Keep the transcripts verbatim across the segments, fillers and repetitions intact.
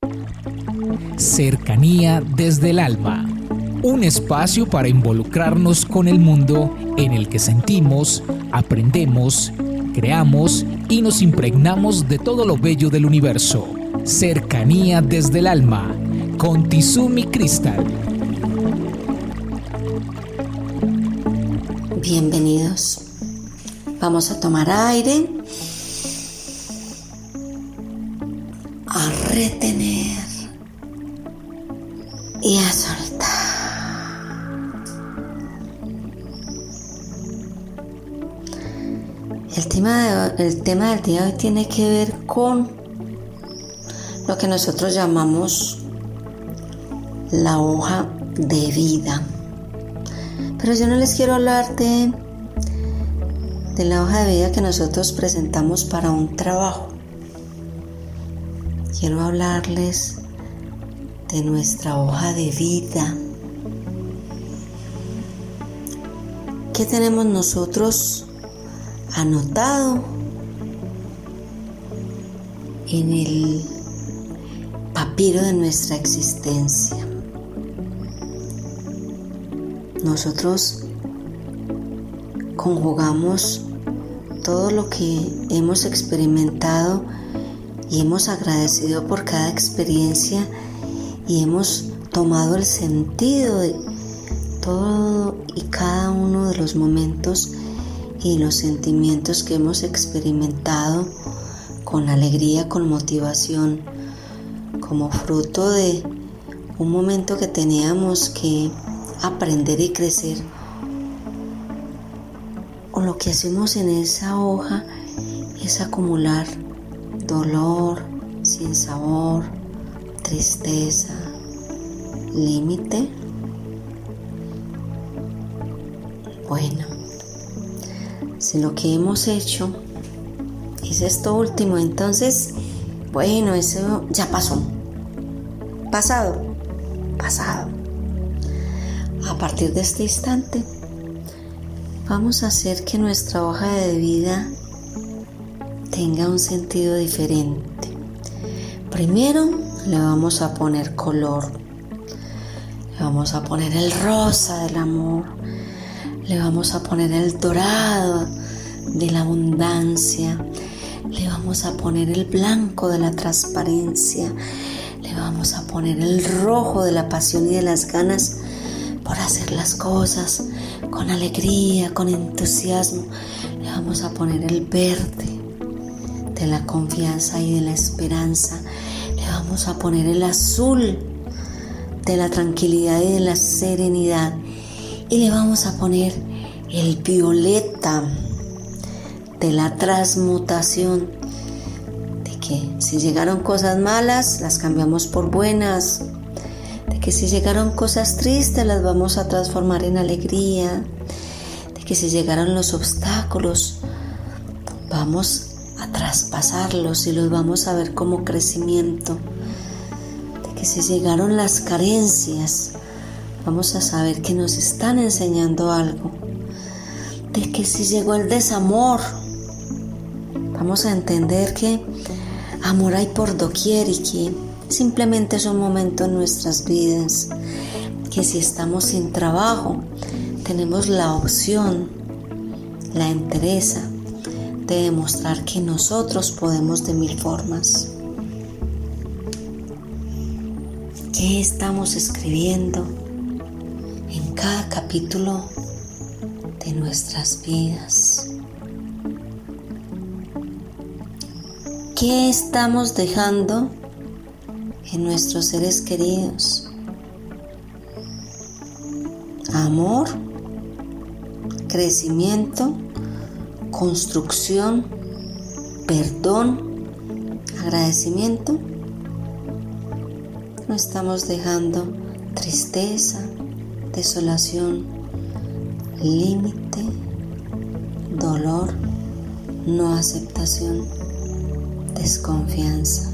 Cercanía desde el alma. Un espacio para involucrarnos con el mundo en el que sentimos, aprendemos, creamos y nos impregnamos de todo lo bello del universo. Cercanía desde el alma, con Tizumi Cristal. Bienvenidos. Vamos a tomar aire, a retener y a soltar. El tema, de, el tema del día de hoy tiene que ver con lo que nosotros llamamos la hoja de vida. Pero yo no les quiero hablar de, de la hoja de vida que nosotros presentamos para un trabajo. Quiero hablarles de nuestra hoja de vida. ¿Qué tenemos nosotros anotado en el papiro de nuestra existencia? Nosotros conjugamos todo lo que hemos experimentado y hemos agradecido por cada experiencia y hemos tomado el sentido de todo y cada uno de los momentos y los sentimientos que hemos experimentado con alegría, con motivación, como fruto de un momento que teníamos que aprender y crecer. O lo que hacemos en esa hoja es acumular dolor, sinsabor, tristeza, límite. Bueno, si lo que hemos hecho es esto último, entonces, bueno, eso ya pasó. Pasado, pasado. A partir de este instante, vamos a hacer que nuestra hoja de vida tenga un sentido diferente. Primero le vamos a poner color. Le vamos a poner el rosa del amor. Le vamos a poner el dorado de la abundancia. Le vamos a poner el blanco de la transparencia. Le vamos a poner el rojo de la pasión y de las ganas por hacer las cosas con alegría, con entusiasmo. Le vamos a poner el verde de la confianza y de la esperanza. Le vamos a poner el azul de la tranquilidad y de la serenidad. Y le vamos a poner el violeta de la transmutación, de que si llegaron cosas malas, las cambiamos por buenas, de que si llegaron cosas tristes, las vamos a transformar en alegría, de que si llegaron los obstáculos, vamos a traspasarlos y los vamos a ver como crecimiento, de que si llegaron las carencias, vamos a saber que nos están enseñando algo, de que si llegó el desamor, vamos a entender que amor hay por doquier y que simplemente es un momento en nuestras vidas, que si estamos sin trabajo, tenemos la opción, la entereza de demostrar que nosotros podemos de mil formas. ¿Qué estamos escribiendo en cada capítulo de nuestras vidas? ¿Qué estamos dejando en nuestros seres queridos? Amor, crecimiento, construcción, perdón, agradecimiento. No estamos dejando tristeza, desolación, límite, dolor, no aceptación, desconfianza.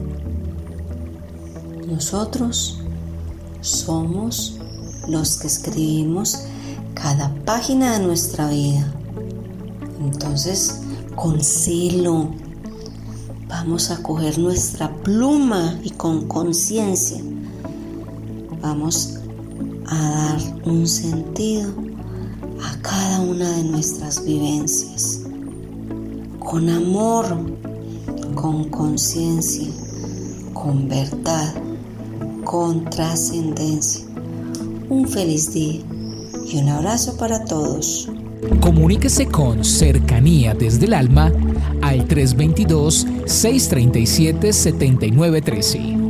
Nosotros somos los que escribimos cada página de nuestra vida. Entonces, con celo, vamos a coger nuestra pluma y con conciencia vamos a dar un sentido a cada una de nuestras vivencias, con amor, con conciencia, con verdad, con trascendencia. Un feliz día y un abrazo para todos. Comuníquese con Cercanía desde el Alma al tres dos dos, seis tres siete, siete nueve uno tres.